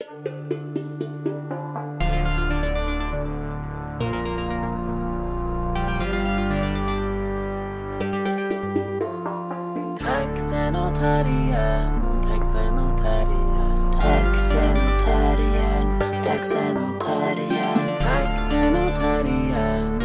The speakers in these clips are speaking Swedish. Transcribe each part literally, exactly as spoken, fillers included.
Taxenotarien, taxenotarien, taxenotarien, taxenotarien, taxenotarien,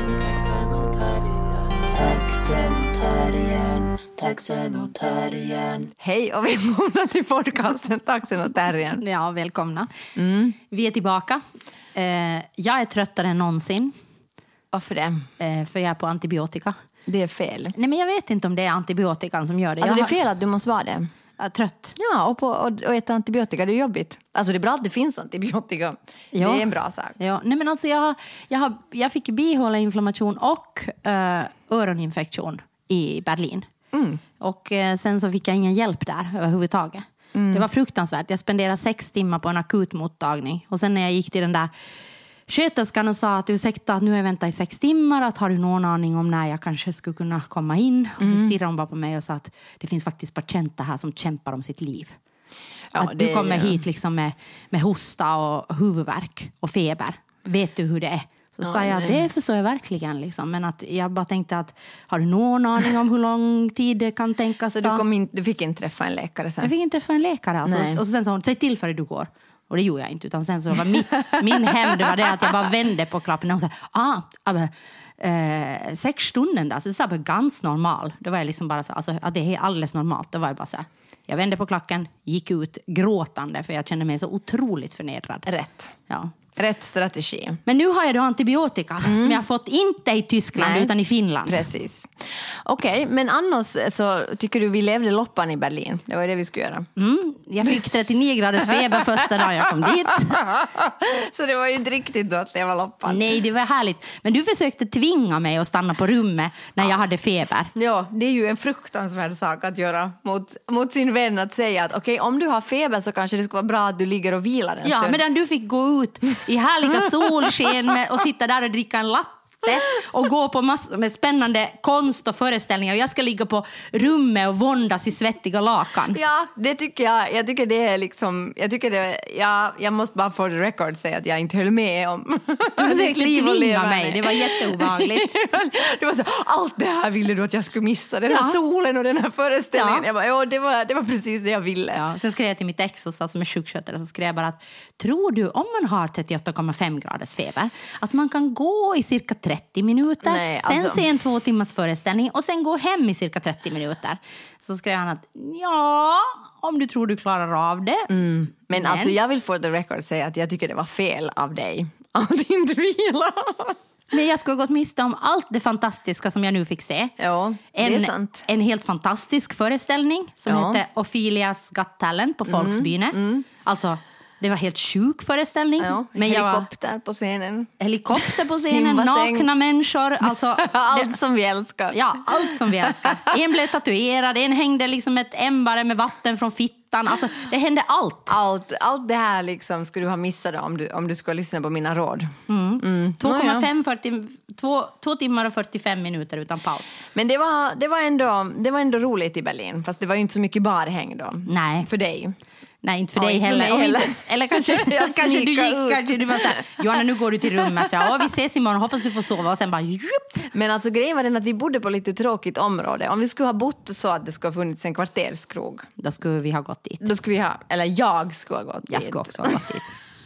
taxenotarien, taxenotarien, taxenotarien. Hej och välkomna till podcasten Taxenotarien. Ja, välkomna. Mm. Vi är tillbaka. Eh, jag är tröttare än någonsin. Varför det? Eh, för jag är på antibiotika. Det är fel. Nej, men jag vet inte om det är antibiotikan som gör det. Alltså jag det är har... fel att du måste vara det. Jag är trött. Ja, och, på, och, och äta antibiotika, det är jobbigt. Alltså det är bra att det finns antibiotika. Ja. Det är en bra sak. Ja. Nej, men alltså jag, har, jag, har, jag fick bihåleinflammation och uh, öroninfektion i Berlin. Mm. Och uh, sen så fick jag ingen hjälp där överhuvudtaget. Mm. Det var fruktansvärt. Jag spenderade sex timmar på en akutmottagning. Och sen när jag gick till den där sköterskan och sa att ursäkta att nu har jag väntat i sex timmar, att har du någon aning om när jag kanske skulle kunna komma in? Och mm. stirrade hon bara på mig och sa att det finns faktiskt patienter här som kämpar om sitt liv. Ja, att du kommer är... hit liksom med, med hosta och huvudvärk och feber. Vet du hur det är? Så ja, sa jag, nej. Det förstår jag verkligen liksom. Men att jag bara tänkte att har du någon aning om hur lång tid det kan tänkas? Så du, kom in, du fick inte träffa en läkare sen? Jag fick inte träffa en läkare alltså. Och sen sa hon, säg till för det du går. Och det gjorde jag inte, utan sen så var mitt, min hämnd var det att jag bara vände på klappen och sa, ah, aber, eh, sex stunden där, så det var ganska normal. Det var liksom bara så, alltså, att det är alldeles normalt, det var ju bara så här. Jag vände på klacken, gick ut gråtande för jag kände mig så otroligt förnedrad. Rätt. Ja. Rätt strategi. Men nu har jag då antibiotika mm. som jag har fått inte i Tyskland. Nej. Utan i Finland. Precis. Okej, okay, men annars så tycker du vi levde loppan i Berlin. Det var det vi skulle göra. Mm. Jag fick trettionio graders feber första dagen jag kom dit. Så det var ju inte riktigt då att leva loppan. Nej, det var härligt. Men du försökte tvinga mig att stanna på rummet när jag hade feber. Ja, det är ju en fruktansvärd sak att göra mot, mot sin vän, att säga att okej, okay, om du har feber så kanske det ska vara bra att du ligger och vilar en ja, stund. Ja, medan du fick gå ut i härliga solsken med, och sitta där och dricka en latte och gå på massor med spännande konst och föreställningar. Och jag ska ligga på rummet och våndas i svettiga lakan. Ja, det tycker jag. Jag tycker det är liksom, jag tycker det, ja, jag måste bara för the record säga att jag inte höll med om. Du försökte tvinga mig, det var jätteobehagligt. Det var så, allt det här ville du att jag skulle missa. Den här ja. solen och den här föreställningen. Ja. Jag bara, ja, det var, det var precis det jag ville. Ja, sen skrev jag till mitt ex och sa, som är sjukskötare, så skrev jag bara att tror du om man har trettioåtta komma fem graders feber att man kan gå i cirka trettio minuter, nej, alltså. Sen se en två timmars föreställning och sen gå hem i cirka trettio minuter. Så skrev han att ja, om du tror du klarar av det. Mm. Men, Men alltså jag vill för the record säga att jag tycker det var fel av dig att inte vila. Men jag skulle ha gått miste om allt det fantastiska som jag nu fick se. Ja, det är en, sant. En helt fantastisk föreställning som ja. heter Ophelia's Got Talent på Folksbyne. Mm, mm. Alltså, det var helt sjuk föreställning. Ja, men helikopter jag var, på scenen. Helikopter på scenen, nakna människor. Alltså, allt det, som vi älskar. Ja, allt som vi älskar. En blev tatuerad, en hängde liksom ett ämbare med vatten från fittan. Alltså, det hände allt. Allt, allt det här liksom skulle du ha missat om du, om du skulle lyssna på mina råd. Mm. Mm. två komma fem, fyrtio, två, två timmar och fyrtiofem minuter utan paus. Men det var, det, var ändå, det var ändå roligt i Berlin. Fast det var ju inte så mycket barhäng då. Nej. För dig. Nej, inte för ja, dig inte heller. För heller. Inte, eller kanske, kanske du gick, kanske du var så här, Johanna, nu går du till rummet. Så ja, vi ses imorgon, hoppas du får sova. Och sen bara, jupp. Men alltså grejen var den att vi bodde på lite tråkigt område. Om vi skulle ha bott så att det skulle ha funnits en kvarterskrog. Då skulle vi ha gått dit. Då skulle vi ha, eller jag skulle ha gått dit. Jag skulle också ha gått dit.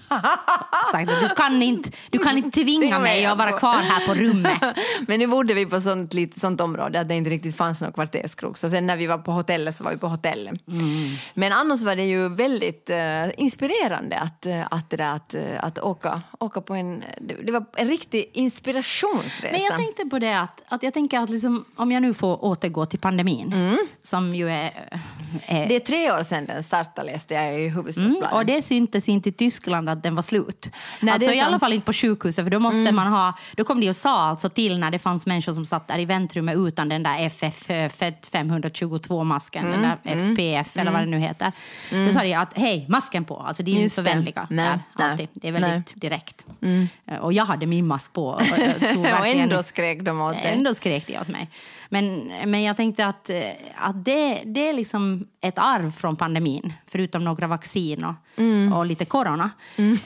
Sagt, du kan inte du kan inte tvinga mig att vara kvar här på rummet. Men nu bodde vi på sånt lite sånt område att det inte riktigt fanns någon kvarterskrog. Så sen när vi var på hotellet så var vi på hotellet. Mm. Men annars var det ju väldigt uh, inspirerande att att det där, att att åka åka på en det, det var en riktig inspirationsresa. Men jag tänkte på det att att jag tänker att liksom, om jag nu får återgå till pandemin mm. som ju är, är det är tre år sedan den startade, läste jag i Hufvudstadsbladet. Mm, och det syntes inte i Tyskland att den var slut. Nej, alltså i alla fall inte på sjukhuset, för då måste mm. man ha, då kom de och sa alltså till när det fanns människor som satt där i väntrummet utan den där F F femhundratjugotvå masken, mm. den där F P F mm. eller vad det nu heter. Mm. Då sa de att hej, masken på. Alltså det är ju inte så vänliga där alltid. Det är väldigt Nej. direkt. Mm. Och jag hade min mask på. Och, och ändå skrek de åt dig. Ändå skrek de åt mig. Men, men jag tänkte att, att det, det är liksom ett arv från pandemin, förutom några vaccin och mm. och lite corona. Mm.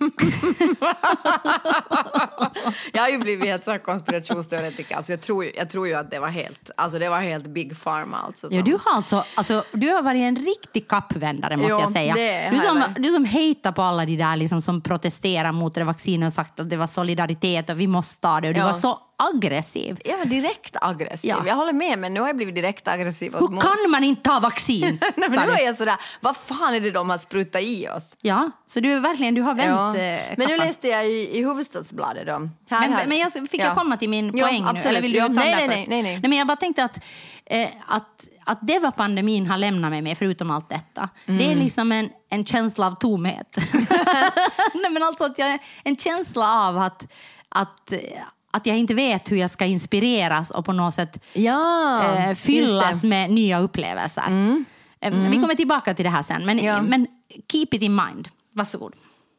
Jag har ju blivit helt så här konspirationsteoretiker. Alltså jag, tror ju, jag tror ju att det var helt, alltså det var helt Big Pharma. Alltså, som... ja, du, har alltså, alltså, du har varit en riktig kappvändare, måste jo, jag säga. Du som, du som hejtar på alla de där liksom, som protesterar mot det vaccinet och sagt att det var solidaritet och vi måste ta det. Och du ja. var så aggressiv. Jag var direkt aggressiv. Ja. Jag håller med, men nu har jag blivit direkt aggressiv. Hur mot... kan man inte ta vaccin? Nej, men nu är jag sådär, vad fan är det de har sprutat i oss? Ja, så du verkligen, du har vänt ja. eh, Men nu läste jag i, i Hufvudstadsbladet då. Här, men, här. men jag fick ja. jag komma till min ja, poäng absolut. nu? Eller vill du ja. ta nej, nej, nej, nej, nej, nej. nej, men jag bara tänkte att, eh, att, att det var pandemin har lämnat mig med, förutom allt detta. Mm. Det är liksom en, en känsla av tomhet. nej, men alltså att jag, en känsla av att... att att jag inte vet hur jag ska inspireras och på något sätt ja, eh, fyllas med nya upplevelser. Mm. Eh, mm. Vi kommer tillbaka till det här sen. Men, ja. men keep it in mind. Varsågod.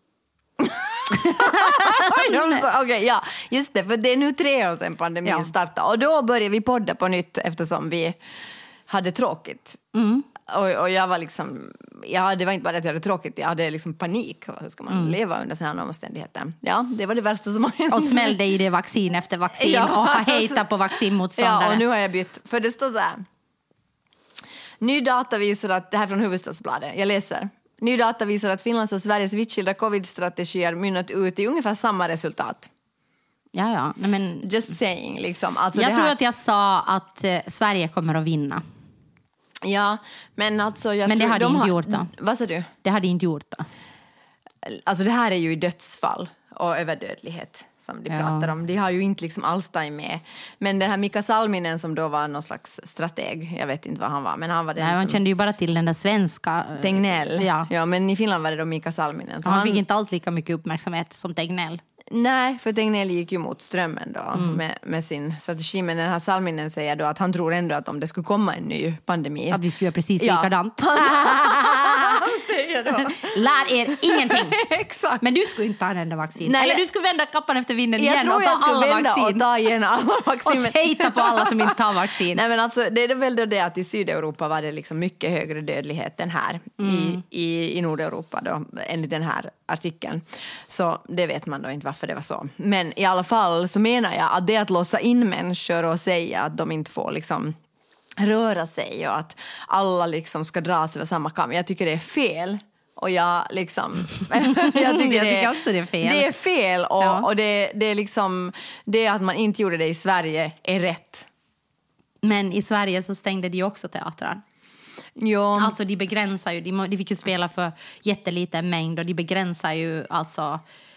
Okej, okay, ja. Just det. För det är nu tre år sedan pandemin ja. startade. Och då började vi podda på nytt eftersom vi hade tråkigt. Mm. Och, och jag var liksom... Ja, det var inte bara att jag hade tråkigt. Jag hade liksom panik. Hur ska man mm. leva under sådana här omständigheter? Ja, det var det värsta som har hänt. Och smällde i det vaccin efter vaccin. Ja. Och har hejtat på vaccinmotståndare. Ja, och nu har jag bytt. För det står så här. Ny data visar att... Det här är från Hufvudstadsbladet. Jag läser. Ny data visar att Finlands och Sveriges vittskilda covid-strategier mynnat ut i ungefär samma resultat. Ja, ja. Men... Just saying, liksom. Alltså jag det tror här... att jag sa att eh, Sverige kommer att vinna. Ja, men alltså... Jag men det tror hade de inte har... gjort då. Vad sa du? Det hade inte gjort då. Alltså det här är ju i dödsfall och överdödlighet som de ja. pratar om. De har ju inte liksom Alstheim med. Men den här Mika Salminen som då var någon slags strateg, jag vet inte vad han var. Men han var den Nej, som... man kände ju bara till den där svenska... Tegnell. Ja. ja, men i Finland var det då Mika Salminen. Så han, han fick inte alls lika mycket uppmärksamhet som Tegnell. Nej, för Tegnell gick ju mot strömmen då mm. med, med sin strategi. Men den här Salminen säger då att han tror ändå att om det skulle komma en ny pandemi... Att vi skulle göra precis ja. likadant. Han säger då. Lär er ingenting. Exakt. Men du skulle inte ta en enda vaccin. Nej, Eller jag... du skulle vända kappan efter vinden jag igen tror och ta jag skulle alla vända vaccin. och ta igen alla vaccin. Och hejta på alla som inte tar vaccin. Nej, men alltså, det är väl då det att i Sydeuropa var det liksom mycket högre dödlighet än här mm. i, i, i Nordeuropa då, enligt den här artikeln. Så det vet man då inte varför det var så. Men i alla fall så menar jag att det att låsa in människor och säga att de inte får liksom röra sig och att alla liksom ska dras över samma kam. Jag tycker det är fel. Och jag liksom... jag tycker, jag tycker det, också det är fel. Det är fel och, ja. och det, det är liksom... Det att man inte gjorde det i Sverige är rätt. Men i Sverige så stängde de också teatrar. Ja. Alltså de begränsar ju, de, de fick ju spela för jätteliten mängd och de begränsar ju alltså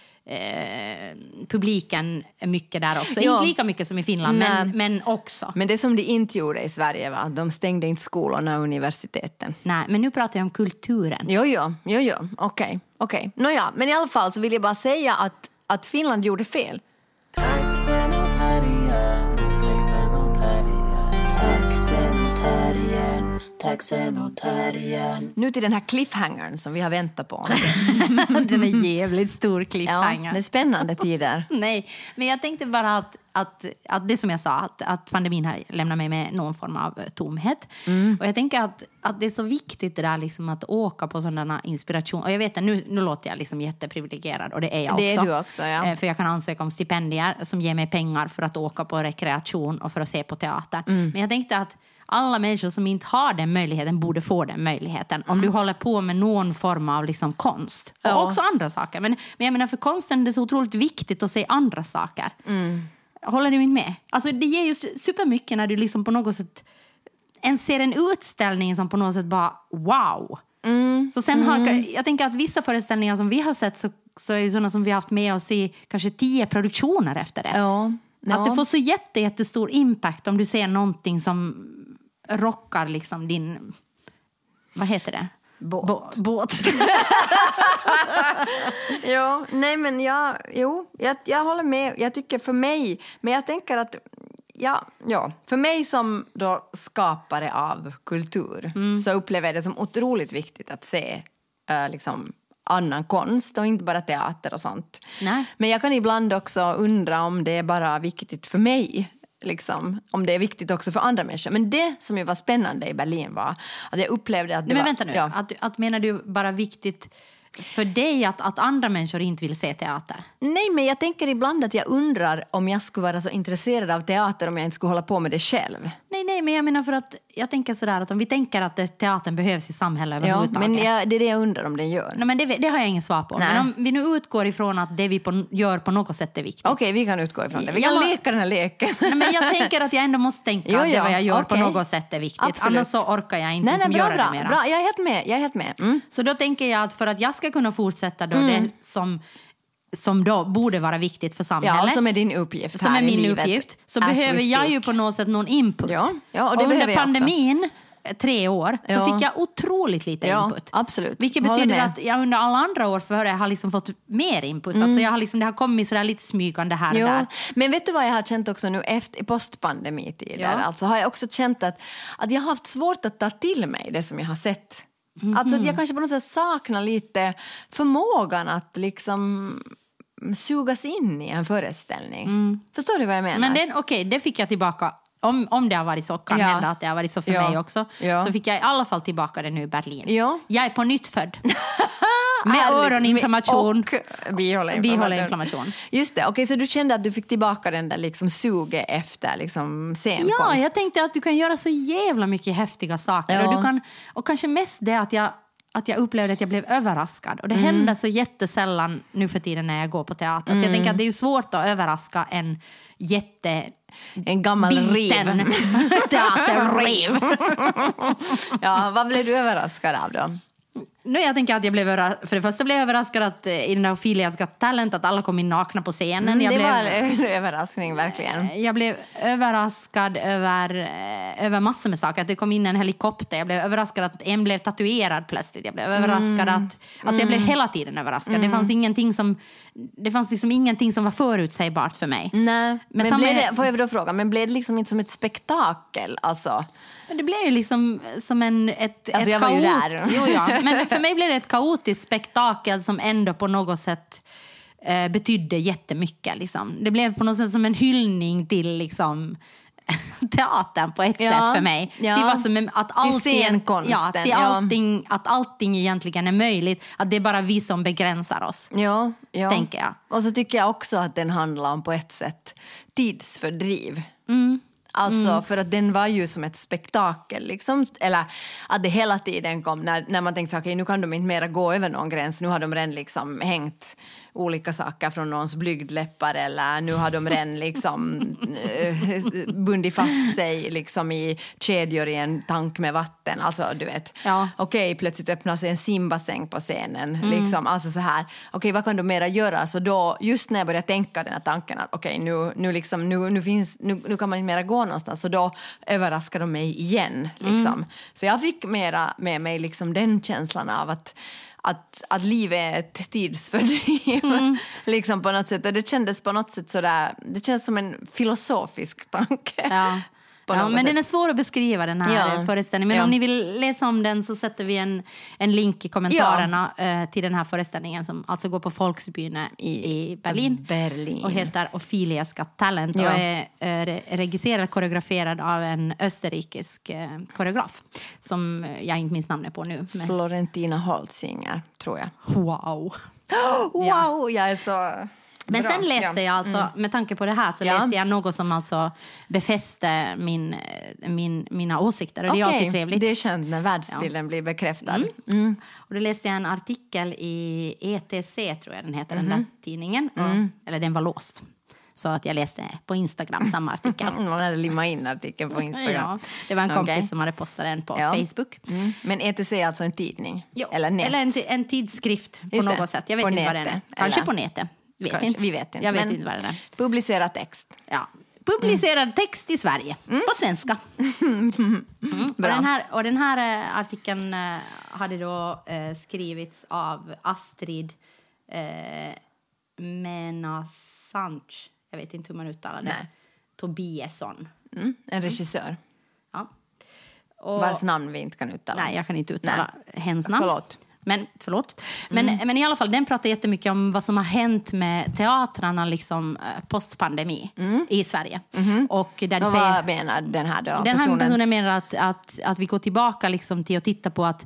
eh, publiken mycket där också. Ja. Inte lika mycket som i Finland, men, men också. Men det som de inte gjorde i Sverige var att de stängde inte skolorna och universiteten. Nej, men nu pratar jag om kulturen. Jo, jo, jo, jo. okej, okay. okej. Okay. Nåja, men i alla fall så vill jag bara säga att, att Finland gjorde fel. Nu till den här cliffhangern som vi har väntat på. Den är jävligt stor cliffhanger. Ja, det är spännande tider. Nej, men jag tänkte bara att, att, att det som jag sa, att, att pandemin har lämnat mig med någon form av tomhet. Mm. Och jag tänker att, att det är så viktigt det där liksom att åka på sådana inspiration. Och jag vet att nu, nu låter jag liksom jätteprivilegierad och det är jag det också. Det är du också, ja. För jag kan ansöka om stipendier som ger mig pengar för att åka på rekreation och för att se på teater. Mm. Men jag tänkte att alla människor som inte har den möjligheten borde få den möjligheten. Om mm. du håller på med någon form av liksom konst. Och ja. också andra saker. Men, men jag menar för konsten är det så otroligt viktigt att se andra saker. Mm. Håller du inte med? Alltså det ger ju supermycket när du liksom på något sätt en ser en utställning som på något sätt bara wow. Mm. Så sen har, mm. jag tänker att vissa föreställningar som vi har sett så, så är det sådana som vi har haft med oss i kanske tio produktioner efter det. Ja. Ja. Att det får så jätte, jättestor impact om du ser någonting som rockar liksom din, vad heter det? Båt. Båt. Båt. ja, nej men jag, jo, jag, jag håller med. Jag tycker för mig, men jag tänker att ja, ja, för mig som då skapare av kultur mm. så upplever jag det som otroligt viktigt att se äh, liksom annan konst och inte bara teater och sånt. Nej. Men jag kan ibland också undra om det är bara viktigt för mig. Liksom, om det är viktigt också för andra människor. Men det som ju var spännande i Berlin var att jag upplevde att det Nej, var... Men vänta nu, ja. att, att menar du bara viktigt för dig att, att andra människor inte vill se teater? Nej, men jag tänker ibland att jag undrar om jag skulle vara så intresserad av teater om jag inte skulle hålla på med det själv. Nej, nej, men jag menar för att jag tänker sådär att om vi tänker att det, teatern behövs i samhället Ja, överhuvudtaget. men jag, det är det jag undrar om den gör. Nej, men det, det har jag ingen svar på. Nej. Men om vi nu utgår ifrån att det vi på, gör på något sätt är viktigt. Okej, vi kan utgå ifrån det. Vi kan Jag- leka den här leken. Nej, men jag tänker att jag ändå måste tänka Jo, att det ja, vad jag gör okej. på något sätt är viktigt. Absolut. Annars så orkar jag inte Nej, nej, liksom bra, göra bra, det mera. bra. Jag är helt med. Jag är helt med. Mm. Så då tänker jag att för att jag ska kunna fortsätta då det som, som då borde vara viktigt för samhället. Ja, som är din uppgift som här är i min livet, uppgift. Så as we behöver jag speak. ju på något sätt någon input. Ja, ja, och det och behöver under jag också. pandemin, tre år, så Ja. fick jag otroligt lite Ja, input. absolut. Vilket Håller betyder med. att jag under alla andra år före har liksom fått mer input. Mm. Alltså jag har liksom, det har kommit sådär lite smygande här och Jo, där. men vet du vad jag har känt också nu efter postpandemitider? Ja. Alltså har jag också känt att, att jag har haft svårt att ta till mig det som jag har sett. Mm-hmm. Alltså att jag kanske på något sätt saknar lite förmågan att liksom sugas in i en föreställning. Förstår du vad jag menar? Men den, okej, det fick jag tillbaka. Om, om det har varit så, kan Ja. hända att det har varit så för Ja. mig också. Ja. Så fick jag i alla fall tillbaka det nu i Berlin. Ja. Jag är på nytt född. Med Härligt. öroninflammation. Och bihåleinflammation. Bihåleinflammation. Just det, okej, så du kände att du fick tillbaka den där liksom suget efter liksom scenkonst. Ja, jag tänkte att du kan göra så jävla mycket häftiga saker. Ja. Och, du kan, och kanske mest det att jag, att jag upplevde att jag blev överraskad. Och det Mm. händer så jättesällan nu för tiden när jag går på teater. Mm. Jag tänker att det är ju svårt att överraska en jätte... En gammal biten riv. teaterriv. Ja, vad blev du överraskad av då? Nu jag tänker att jag blev överra- för det första blev jag överraskad att eh, i den där Ophelias Got Talent att alla kom in nakna på scenen. Mm, jag, det blev, var en överraskning verkligen. jag blev överraskad över, eh, över massor med saker. Att det kom in en helikopter. Jag blev överraskad att en blev tatuerad plötsligt. Jag blev överraskad Mm. att... Alltså jag blev hela tiden överraskad. Mm. Det fanns ingenting som... Det fanns liksom ingenting som var förutsägbart för mig. Nej, men samma- blev det, får jag då fråga, men blev det liksom inte som ett spektakel? Alltså, Men det blev ju liksom som en... Ett, Alltså, ett jag var ju kaot- där. Jo, ja. Men för mig blev det ett kaotiskt spektakel som ändå på något sätt eh, betydde jättemycket. Liksom. Det blev på något sätt som en hyllning till liksom, teatern på ett Ja, sätt för mig. ja. Det var som en- att allting, scenkonsten, ja, till ja. allting, att allting egentligen är möjligt. Att det är bara vi som begränsar oss. ja, ja. Tänker jag. Och så tycker jag också att den handlar om på ett sätt tidsfördriv. Mm. Alltså för att den var ju som ett spektakel liksom, eller att det hela tiden kom när, när man tänkte okej, okay, nu kan de inte mera gå över någon gräns, nu har de redan liksom hängt olika saker från någons blygdläppar eller nu har de redan liksom eh, bundit fast sig liksom i kedjor i en tank med vatten, alltså du vet, Ja. okej, okay, plötsligt öppnar sig en simbassäng på scenen liksom, alltså så här, okej, okay, vad kan de mera göra? Så då, just när jag började tänka den här tanken att okej, okay, nu, nu liksom, nu, nu finns, nu, nu kan man inte mera gå någonstans, så då överraskar de mig igen liksom. Mm. Så jag fick mera med mig liksom den känslan av att Att, att livet är ett tidsfördriv mm. liksom på något sätt. Och det kändes på något sätt sådär, det känns som en filosofisk tanke. Ja. Ja, men sätt. Den är svår att beskriva den här ja. föreställningen. Men ja. om ni vill läsa om den så sätter vi en, en link i kommentarerna ja. eh, till den här föreställningen som alltså går på Folksbühne i, i Berlin. Berlin. Och heter Ophelias Got Talent ja. och är eh, regisserad och koreograferad av en österrikisk eh, koreograf som jag inte minns namnet på nu. Men... Florentina Holtzinger, tror jag. Wow! Wow, ja. jag är så... Men Bra. sen läste jag alltså, mm. med tanke på det här så ja. läste jag något som alltså befäste min, min, mina åsikter. Och det är okay. alltid trevligt. Det är skönt när världsbilden ja. blir bekräftad. Mm. Mm. Och då läste jag en artikel i E T C, tror jag den heter, mm. den där tidningen. Mm. Och, eller den var låst. Så att jag läste på Instagram samma artikel. Man hade limmat in artikeln på Instagram. Ja, det var en kompis okay. som hade postat den på ja. Facebook. Mm. Men E T C är alltså en tidning? Jo. Eller, nät. Eller en, en tidskrift på Just något det. sätt. Jag vet på inte nätet. vad den är. Kanske eller? på nätet. Vet Kanske. inte. Vi vet inte. Jag vet Men inte vad det är. Publicera text. Ja. Publicerad mm. text i Sverige. Mm. På svenska. Mm. Och, den här, och den här äh, artikeln äh, hade då äh, skrivits av Astrid äh, Menasanch. Jag vet inte hur man uttalar det. Nej. Tobiasson. Mm. En regissör. Ja. Och, vars namn vi inte kan uttala. Nej, jag kan inte uttala nej. hens namn. Förlåt. Men, förlåt. Men, mm. men i alla fall, den pratar jättemycket om vad som har hänt med teatrarna liksom, postpandemi mm. i Sverige. Mm. Och, där och säger, vad menar den här då? Den här personen, personen menar att, att, att vi går tillbaka liksom, till att titta på att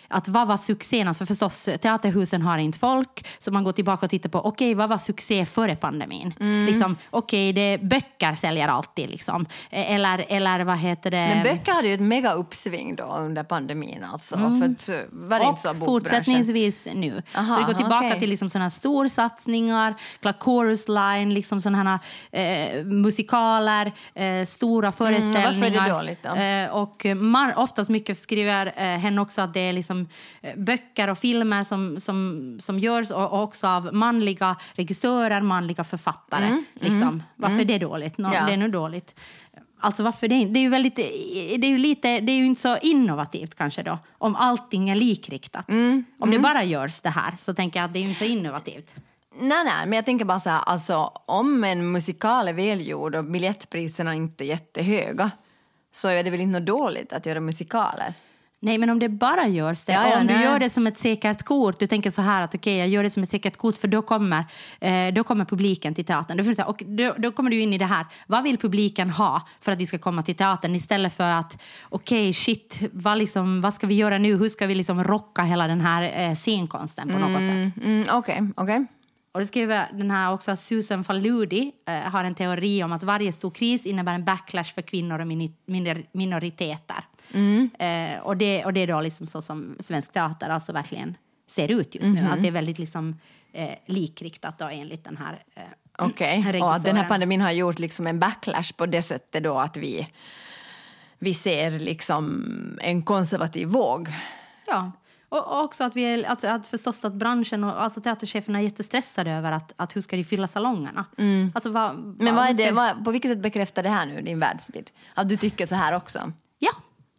att vad var succén? Alltså förstås, teaterhusen har inte folk, så man går tillbaka och tittar på, okej, okay, vad var succé före pandemin? Mm. Liksom, okej, okay, det böcker säljer alltid, liksom. Eller, eller vad heter det? Men böcker hade ju ett mega uppsving då under pandemin, alltså. Mm. För att, var det och inte så fortsättningsvis nu. Aha, så det går tillbaka okay. till liksom sådana stora satsningar, Chorus Line, liksom sådana eh, musikaler, eh, stora föreställningar. Mm, varför är det dåligt då? Eh, och man oftast mycket skriver eh, henne också att det är liksom eh, böcker och filmer som, som, som görs och, och också av manliga regissörer, manliga författare. Mm, liksom. Mm, varför mm. är det dåligt? No, ja. Det är nu dåligt. Alltså varför det det är ju väldigt det är ju lite det är ju inte så innovativt kanske då om allting är likriktat. Mm, om mm. det bara görs det här så tänker jag att det är ju inte så innovativt. Nej, nej, men jag tänker bara så här, alltså om en musikal är välgjord och biljettpriserna inte är jättehöga så är det väl inte något dåligt att göra musikaler. Nej, men om det bara görs det, ja, ja, om nej. du gör det som ett säkert kort, du tänker så här att okej, okay, jag gör det som ett säkert kort för då kommer, eh, då kommer publiken till teatern. Då, och då, då kommer du in i det här, vad vill publiken ha för att de ska komma till teatern istället för att okej, okay, shit, vad, liksom, vad ska vi göra nu? Hur ska vi liksom rocka hela den här eh, scenkonsten på något mm, sätt? Okej, mm, okej. Okay, okay. Och det skriver den här också Susan Faludi eh, har en teori om att varje stor kris innebär en backlash för kvinnor och minor- minoriteter. Mm. Eh, och, det, och det är då liksom så som svensk teater alltså verkligen ser ut just nu. Mm-hmm. Att det är väldigt liksom, eh, likriktat då, enligt den här eh, Okej, okay. Och att den här pandemin har gjort liksom en backlash på det sättet då att vi, vi ser liksom en konservativ våg. Ja. Och också att vi är, att, att förstås att branschen och alltså teatercheferna är jättestressade över att, att hur ska de fylla salongerna. Mm. Alltså, vad, Men vad är det, vad, på vilket sätt bekräftar det här nu din världsbild? Att du tycker så här också? Ja.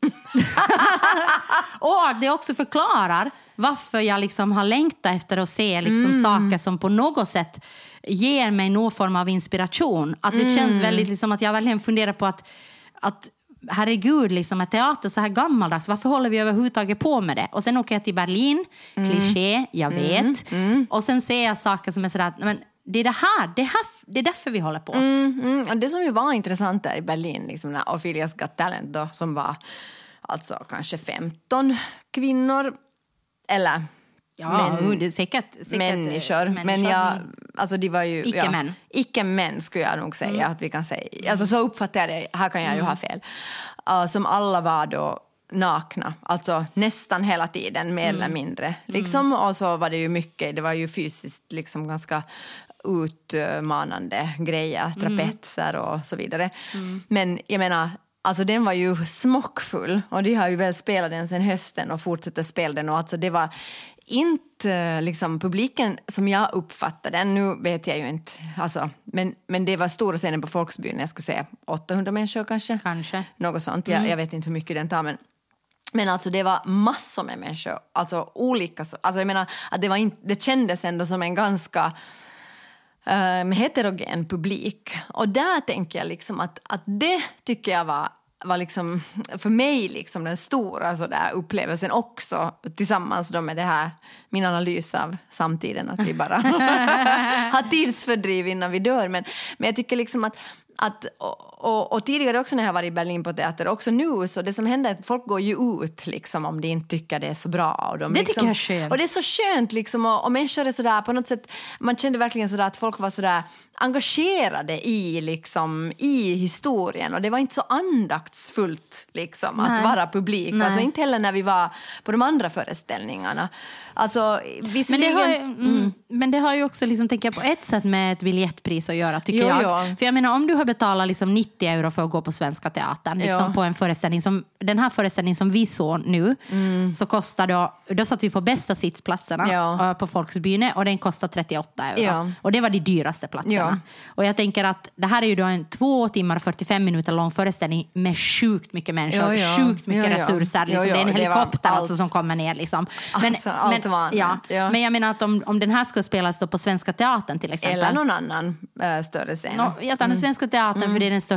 Och det också förklarar varför jag liksom har längtat efter att se liksom mm. saker som på något sätt ger mig någon form av inspiration. Att det mm. känns väldigt liksom att jag verkligen funderar på att, att herregud, liksom, är teater så här gammaldags? Varför håller vi överhuvudtaget på med det? Och sen åker jag till Berlin, mm. kliché, jag vet. Mm. Mm. Och sen ser jag saker som är sådär, men det är det här, det, här, det är därför vi håller på. Mm, mm. Och det som ju var intressant där i Berlin, liksom när Ophelia's Got Talent då, som var alltså kanske femton kvinnor, eller... Ja, men, det är säkert, säkert människor. människor. Men jag, alltså de var ju... Icke-män. Ja, icke-män skulle jag nog säga mm. att vi kan säga. Alltså så uppfattar jag det, här kan jag ju mm. ha fel. Uh, som alla var då nakna, alltså nästan hela tiden, mer mm. eller mindre. Liksom. Mm. Och så var det ju mycket, det var ju fysiskt liksom ganska utmanande grejer, trapetser och så vidare. Mm. Men jag menar... Alltså den var ju smockfull och de har ju väl spelat den sen hösten och fortsätter spela den och alltså det var inte liksom publiken som jag uppfattade den, nu vet jag ju inte alltså, men, men det var stora scener på Folksbyn, jag skulle säga åttahundra människor kanske. Kanske. Något sånt, jag, mm. jag vet inte hur mycket den tar men Men alltså det var massor med människor, alltså olika, alltså jag menar att det var inte, det kändes ändå som en ganska Um, heterogen publik. Och där tänker jag liksom att, att det tycker jag var, var liksom, för mig liksom den stora så där upplevelsen också tillsammans då med det här, min analys av samtiden, att vi bara har tidsfördriv innan vi dör. Men, men jag tycker liksom att, att och, och, och tidigare också när jag var i Berlin på teater, också nu, så det som händer är att folk går ju ut liksom om de inte tycker det är så bra. Och de det liksom, tycker jag är skönt. Och det är så skönt liksom, och, och människor är sådär, på något sätt, man kände verkligen sådär att folk var sådär engagerade i liksom, i historien, och det var inte så andaktsfullt liksom, Nej. att vara publik. Nej. Alltså inte heller när vi var på de andra föreställningarna. Alltså, men, det har ju, mm, mm. men det har ju också liksom, tänker jag, på ett sätt med ett biljettpris att göra, tycker jo, jag. Ja. För jag menar, om du har betalat liksom nittio euro för att gå på Svenska Teatern liksom, ja. på en föreställning som, den här föreställningen som vi såg nu, mm. så kostar då, då satt vi på bästa sittplatserna ja. på Folksbyne, och den kostar trettioåtta euro. Ja. Och det var de dyraste platserna. Ja. Och jag tänker att det här är ju då en två timmar och fyrtiofem minuter lång föreställning med sjukt mycket människor, ja, ja. sjukt mycket ja, ja. resurser. Liksom. Ja, ja. Det är en helikopter allt. alltså, som kommer ner. Liksom. Men, alltså, allt men, var ja. Ja. Men jag menar att om, om den här ska spelas då på Svenska Teatern till exempel. Eller någon annan äh, större scen. No, jag tar den mm. Svenska Teatern mm. för det är den största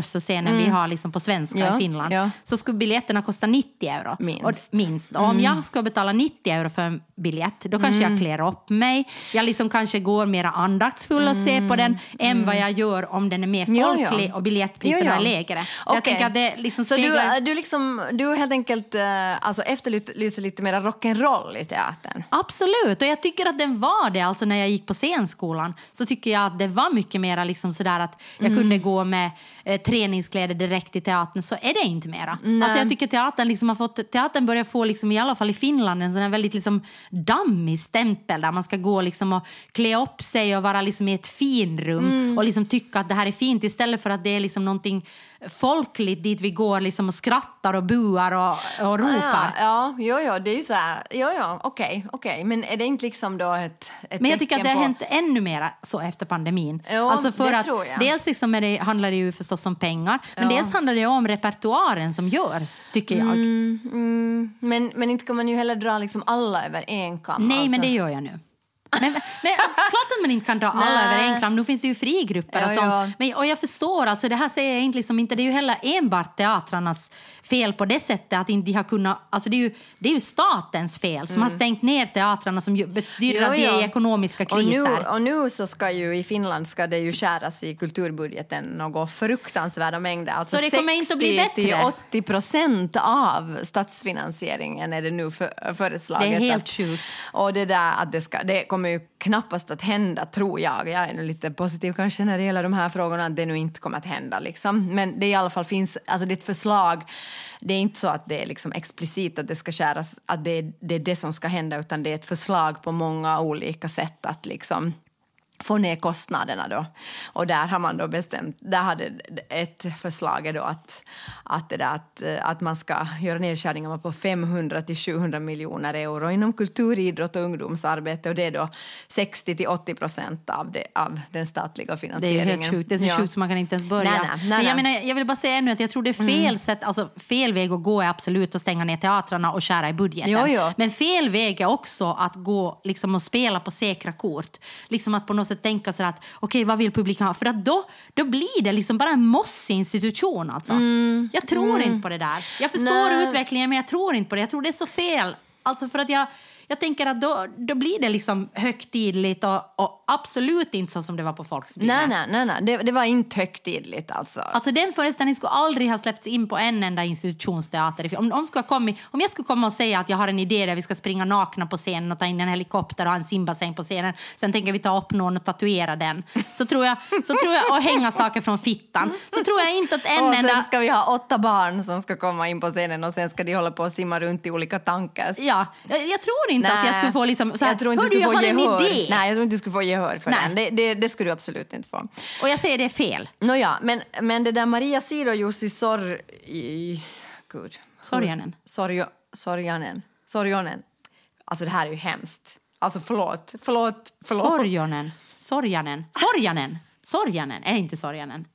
största scenen mm. vi har liksom på svenska ja, i Finland, ja. så skulle biljetterna kosta nittio euro. Minst. Och, minst. Och om mm. jag ska betala nittio euro för en biljett, då kanske mm. jag klär upp mig. Jag liksom kanske går mer andaktsfull och ser på den än mm. vad jag gör om den är mer folklig, ja, ja. och biljettpriserna är lägre. Så okay. jag tänker att det liksom speglar... Så du, du, liksom, du helt enkelt alltså efterlyser lite mer rock'n'roll i teatern? Absolut, och jag tycker att den var det. Alltså när jag gick på scenskolan så tycker jag att det var mycket mer liksom sådär att jag mm. kunde gå med eh, träningskläder direkt i teatern, så är det inte mera. Nej. Alltså jag tycker teatern liksom har fått, teatern börjar få liksom i alla fall i Finland en sån här väldigt liksom dammig stämpel där man ska gå liksom och klä upp sig och vara liksom i ett finrum mm. och liksom tycka att det här är fint, istället för att det är liksom någonting folkligt dit vi går liksom och skrattar och buar och, och ropar. Ja, ja, ja, det är ju så här. Ja, ja, okej, okay, okej. Okay. Men är det inte liksom då ett, ett Men jag tycker att det har på... hänt ännu mer så efter pandemin. Jo, alltså för det att tror jag. Dels liksom är det, handlar det ju förstås om pengar, men ja. dels handlar det om repertoaren som görs, tycker jag. Mm, mm, men, men inte kan man ju heller dra liksom alla över en kam. Nej, alltså. Men det gör jag nu. Men, men klart att man inte kan dra alla över en kam. Nu finns det ju frigrupper ja, och sånt. Ja. Men, och jag förstår, alltså det här säger jag inte liksom inte, det är ju heller enbart teatrarnas fel på det sättet att inte de har kunnat, alltså det är ju, det är ju statens fel som mm. har stängt ner teatrarna, som ju betyder jo, att det är ja. ekonomiska kriser. Och nu, och nu så ska ju i Finland ska det ju skäras i kulturbudgeten något fruktansvärda mängder. Alltså så det kommer inte att bli bättre. sextio till åttio procent av statsfinansieringen är det nu för, föreslaget. Det är helt att, sjukt. Och det där att det ska, det kommer ju knappast att hända, tror jag. Jag är lite positiv kanske när det gäller de här frågorna, att det nu inte kommer att hända liksom. Men det i alla fall finns, alltså det är ett förslag. Det är inte så att det är liksom explicit att det ska skäras, att det är, det är det som ska hända, utan det är ett förslag på många olika sätt att liksom få ner kostnaderna då. Och där har man då bestämt, där hade ett förslag då att, att, det där, att, att man ska göra nedskärningar på femhundra till sjuhundra miljoner euro inom kultur, idrott och ungdomsarbete, och det är då sextio till åttio procent av, det, av den statliga finansieringen. Det är helt sjukt, det är så ja. sjukt som man kan inte ens börja. Nej, nej, nej, Men jag, menar, jag vill bara säga ännu att jag tror det är fel mm. sätt, alltså fel väg att gå är absolut att stänga ner teatrarna och skära i budgeten. Jo, jo. Men fel väg är också att gå liksom och spela på säkra kort. Liksom att på något sätt tänka så att okej, okay, vad vill publiken ha? För att då, då blir det liksom bara en mossig institution alltså. Mm. Jag tror mm. inte på det där. Jag förstår Nej. utvecklingen, men jag tror inte på det. Jag tror det är så fel. Alltså för att jag Jag tänker att då, då blir det liksom högtidligt och, och absolut inte så som det var på Folksbygden. Nej, nej, nej, nej. Det, det var inte högtidligt alltså. Alltså den föreställningen skulle aldrig ha släppts in på en enda institutionsteater. Om, om, skulle kommit, om jag skulle komma och säga att jag har en idé där vi ska springa nakna på scenen och ta in en helikopter och ha en simbassäng på scenen. Sen tänker vi ta upp någon och tatuera den. Så tror jag, så tror jag och hänga saker från fittan. Så tror jag inte att en och enda... sen ska vi ha åtta barn som ska komma in på scenen och sen ska de hålla på och simma runt i olika tankar. Ja, jag, jag tror inte Nej. att jag skulle få liksom så här, jag tror inte du skulle jag få gehör. En idé. Nej, jag tror inte du skulle få gehör för Nej. den. Det, det, det skulle du absolut inte få. Och jag säger det är fel. Nåja, men, men det där Maria Siro och Jussi Sor... I, gud. Sorjanen. Sorjo, sorjanen. Sorjonen. Alltså det här är ju hemskt. Alltså förlåt. Förlåt. förlåt. Sorjonen. Sorjanen. Sorjanen. Sorjanen. Är inte Sorjanen?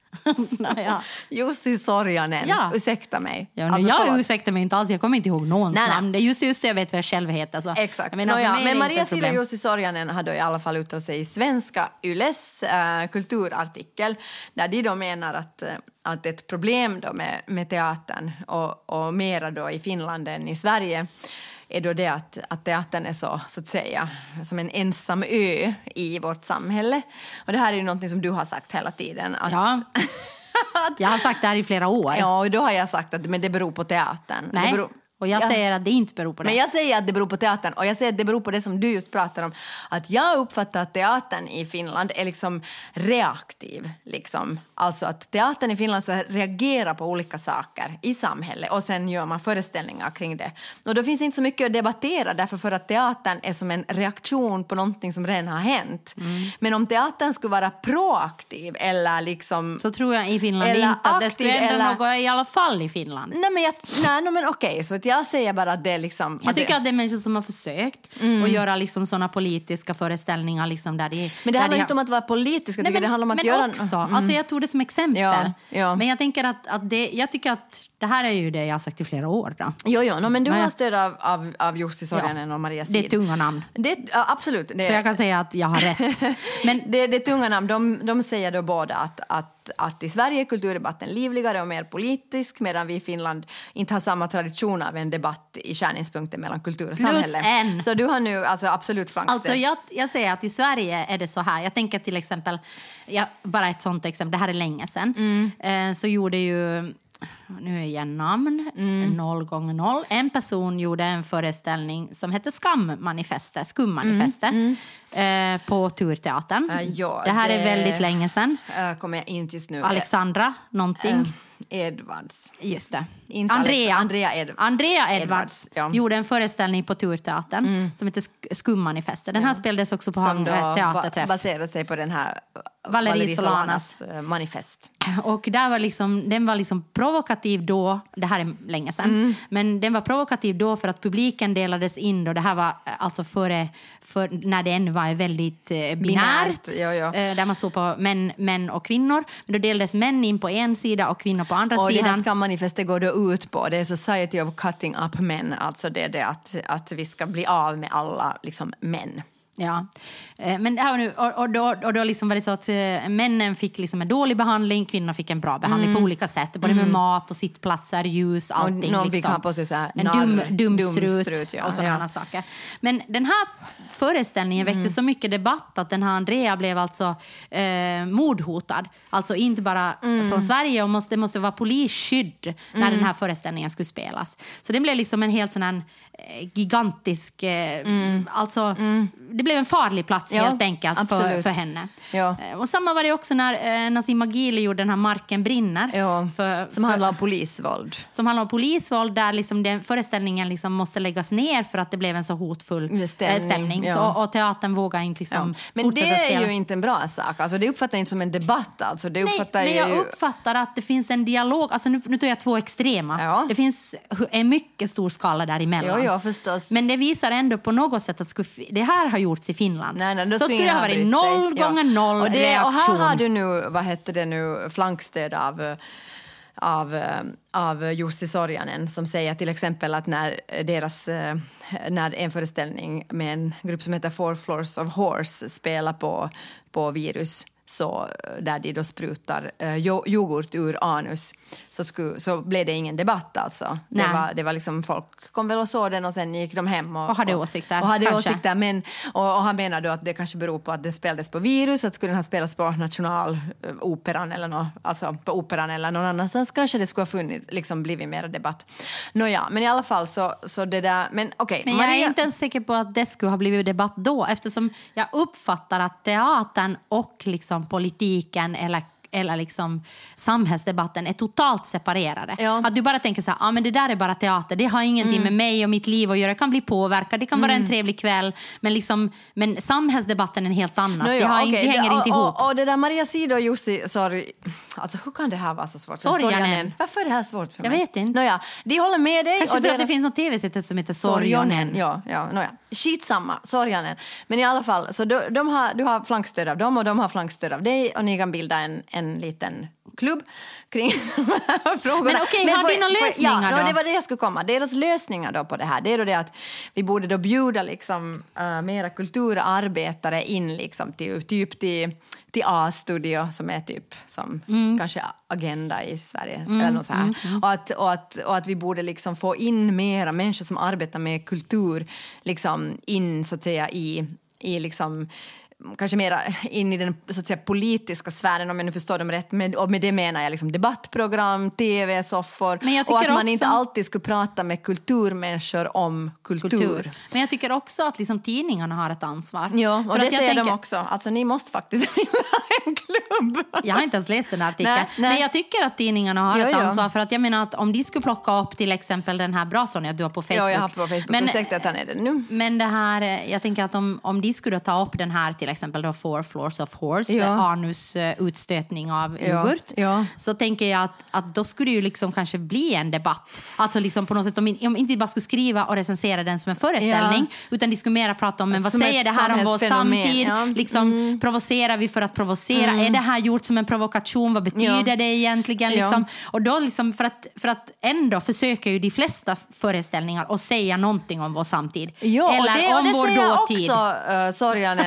ja. Jussi Sorjanen, ja. ursäkta mig. Ja, alltså, jag ursäktar mig inte alls, jag kommer inte ihåg någons nej, namn. Det är just just jag vet vad jag själv heter. Så. Exakt. Menar, no, ja. Men Maria Siro och Jussi Sorjanen hade i alla fall uttalat sig i Svenska Yles äh, kulturartikel, där de då menar att, att ett problem då med, med teatern och, och mera då i Finland än i Sverige är då det att, att teatern är så, så att säga som en ensam ö i vårt samhälle. Och det här är ju någonting som du har sagt hela tiden. Att, ja. Jag har sagt det här i flera år. Ja, och då har jag sagt att men det beror på teatern. Nej. Det beror, Och jag ja. säger att det inte beror på det. Men jag säger att det beror på teatern. Och jag säger att det beror på det som du just pratar om. Att jag uppfattar att teatern i Finland är liksom reaktiv. Liksom. Alltså att teatern i Finland så reagerar på olika saker i samhället. Och sen gör man föreställningar kring det. Och då finns det inte så mycket att debattera. Därför för att teatern är som en reaktion på någonting som redan har hänt. Mm. Men om teatern skulle vara proaktiv eller liksom... Så tror jag i Finland inte att aktiv, det skulle ändra eller... något i alla fall i Finland. Nej men, jag, nej, no, men okej. Okay, så att jag säger bara att det är liksom... Jag tycker det... att det är människor som har försökt mm. att göra liksom såna politiska föreställningar liksom där det... Men det handlar de inte har... om att vara politisk. Jag Nej, men, det handlar om att men göra... också, mm. alltså jag tog det som exempel. Ja, ja. Men jag tänker att, att det, jag tycker att det här är ju det jag har sagt i flera år. Då. Jo, jo, no, men du men, har stöd av, av, av Jussi Sorjanen ja, och Maria Sid. Det är tunga namn. Det, ja, absolut. Det, så jag kan säga att jag har rätt. Men det, det är tunga namn. De, de säger då båda att, att att, att i Sverige är kulturdebatten livligare och mer politisk, medan vi i Finland inte har samma tradition av en debatt i skärningspunkten mellan kultur och Plus samhälle. en. Så du har nu alltså absolut flankstöd. Alltså jag, jag säger att i Sverige är det så här. Jag tänker till exempel, ja, bara ett sånt exempel, det här är länge sedan. Mm. Eh, så gjorde ju, nu är jag namn, mm. noll gånger noll. En person gjorde en föreställning som hette Skammanifestet, Skummanifestet, mm. Mm. Eh, på Turteatern. Uh, ja, det här det... är väldigt länge sedan. Uh, kommer jag inte just nu. Alexandra, någonting. Uh. Edwards. Just det. Inte Andrea, Andrea, Ed- Andrea Edwards, Edwards ja. gjorde en föreställning på Turteatern mm. som heter Skummanifestet. Den här ja. spelades också på som teaterträff. Baserade sig på den här Valerie, Valerie Solanas. Solanas manifest. Och där var liksom, den var liksom provokativ då, det här är länge sedan, mm. men den var provokativ då för att publiken delades in då. Det här var alltså före, för när det ännu var väldigt eh, binärt, binärt ja, ja. Eh, där man såg på män, män och kvinnor. Men då delades män in på en sida och kvinnor på andra och sidan. Och det här skammanifestet går då ut på, det är Society of Cutting Up Men, alltså det är det att, att vi ska bli av med alla liksom män. Ja, men det här var nu, och, och då, och då liksom var det så att äh, männen fick liksom en dålig behandling, kvinnorna fick en bra behandling mm. på olika sätt, både med mm. mat och sittplatser, ljus, allting. Och någon liksom. fick ha på sig så här, en narr, dum, dumstrut, dumstrut ja. och sådana ja. saker. Men den här föreställningen väckte mm. så mycket debatt att den här Andrea blev alltså eh, mordhotad. Alltså inte bara mm. från Sverige, och måste, det måste vara polisskydd mm. när den här föreställningen skulle spelas. Så det blev liksom en helt sån här eh, gigantisk, eh, mm. alltså mm. det blev en farlig plats ja, helt enkelt för, för henne. Ja. Och samma var det också när eh, Nassim Magili gjorde den här Marken brinner. Ja, för, som för, handlar om polisvåld. Som handlar om polisvåld, där liksom den föreställningen liksom måste läggas ner för att det blev en så hotfull stämning. stämning. Ja. Så, och teatern vågar inte liksom ja. Men det är spela. Ju inte en bra sak. Alltså, det uppfattar jag inte som en debatt. Alltså, det uppfattar Nej, men jag ju... uppfattar att det finns en dialog. Alltså, nu, nu tar jag två extrema. Ja. Det finns en mycket stor skala däremellan. Ja, ja, förstås. Men det visar ändå på något sätt att skulle, det här har gjorts i Finland. Nej, nej, så skulle det ha varit noll ja. gånger noll och det, reaktion. Och här har du nu, vad heter det nu, flankstöd av... av, av Jussi Sorjanen, som säger till exempel att när deras när en föreställning med en grupp som heter Four Floors of Horse spelar på, på virus, så där de då sprutar eh, yoghurt ur anus, så, sku, så blev det ingen debatt alltså. Det var, det var liksom, folk kom väl och såg den och sen gick de hem och, och hade åsikter. Och, och hade åsikter, men, och, och han menar då att det kanske beror på att det spelades på virus, att skulle den ha spelats på Nationaloperan eller nå, alltså på operan eller någon annanstans, kanske det skulle ha funnits, liksom blivit mer debatt. Nåja, men i alla fall så, så det där, men okej. Okay, men jag är inte ens säker på att det skulle ha blivit debatt då, eftersom jag uppfattar att teatern och liksom politiken eller eller liksom samhällsdebatten är totalt separerade. Ja. Att du bara tänker så här, ah, men det där är bara teater, det har ingenting mm. med mig och mitt liv att göra, jag kan bli påverkad, det kan mm. vara en trevlig kväll, men liksom, men samhällsdebatten är en helt annan. No, ja, det, har, okay. det hänger det, inte och, ihop. Och, och det där Maria Sido och Jussi, sorry, alltså hur kan det här vara så svårt? Sorjanen. Varför är det här svårt för jag mig? Jag vet inte. No, ja. De håller med dig. Kanske och för deras... att det finns något tv-sättet som heter Sorjanen. Ja, ja, no, ja. Skitsamma, Sorjanen. Men i alla fall, så de, de har, du har flankstöd av dem och de har flankstöd av dig, och ni kan bilda en, en liten klubb kring de här frågorna. Men okej, okay, har ni några lösningar ja, då? Det var det jag skulle komma. Deras lösningar då på det här, det är då det att vi borde då bjuda liksom uh, mera kulturarbetare in liksom till, typ till, till A-studio, som är typ som mm. kanske Agenda i Sverige mm, eller något så här. Mm, mm. Och, att, och, att, och att vi borde liksom få in mera människor som arbetar med kultur liksom in så att säga i, i liksom kanske mer in i den så att säga politiska sfären, om jag nu förstår dem rätt, med, och med det menar jag liksom debattprogram, tv-soffor, och att man också inte alltid skulle prata med kulturmänniskor om kultur. kultur. Men jag tycker också att liksom tidningarna har ett ansvar. Ja, och för det att säger tänker... de också. Alltså ni måste faktiskt bilda en klubb. Jag har inte ens läst den här artikeln. Nej, nej. Men jag tycker att tidningarna har jo, ett ansvar, jo. För att jag menar att om de skulle plocka upp till exempel den här bra Sonja du har på Facebook. Ja, jag har på Facebook. Men, att han är det nu. Men det här, jag tänker att om, om de skulle ta upp den här till exempel då Four Floors of Horse, ja. Anus uh, utstötning av yoghurt, ja. Ja. så tänker jag att, att då skulle det ju liksom kanske bli en debatt. Alltså liksom på något sätt, om, om inte bara skulle skriva och recensera den som en föreställning, ja. Utan de skulle mera prata om, men vad som säger det här om vår samtid? Ja. Liksom, mm. provocerar vi för att provocera? Mm. Är det här gjort som en provokation? Vad betyder ja. Det egentligen? Liksom? Ja. Och då liksom, för att, för att ändå försöker ju de flesta föreställningar att säga någonting om vår samtid. Ja, eller och det, om och det vår säger dåtid. Också, uh, Sorjanen och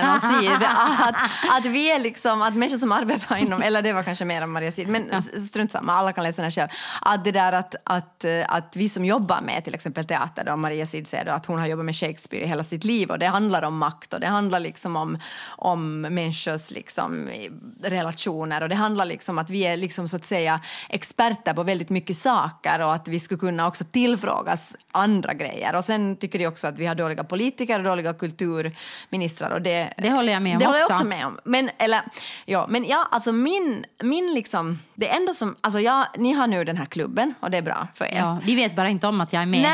att, att vi är liksom, att människor som arbetar inom, eller det var kanske mer än Maria Sid, men ja. strunt samma, alla kan läsa den här själv. Att det där att, att, att vi som jobbar med till exempel teater, då Maria Sid säger då att hon har jobbat med Shakespeare i hela sitt liv och det handlar om makt och det handlar liksom om, om människors liksom relationer och det handlar liksom att vi är liksom så att säga experter på väldigt mycket saker och att vi skulle kunna också tillfrågas andra grejer. Och sen tycker de också att vi har dåliga politiker och dåliga kulturministrar och det, det håller jag med om det också. håller jag också med om. Men, eller, ja, men ja, alltså min, min liksom, det enda som, alltså ja, ni har nu den här klubben och det är bra för er. Ja, de vet bara inte om att jag är med. Nej.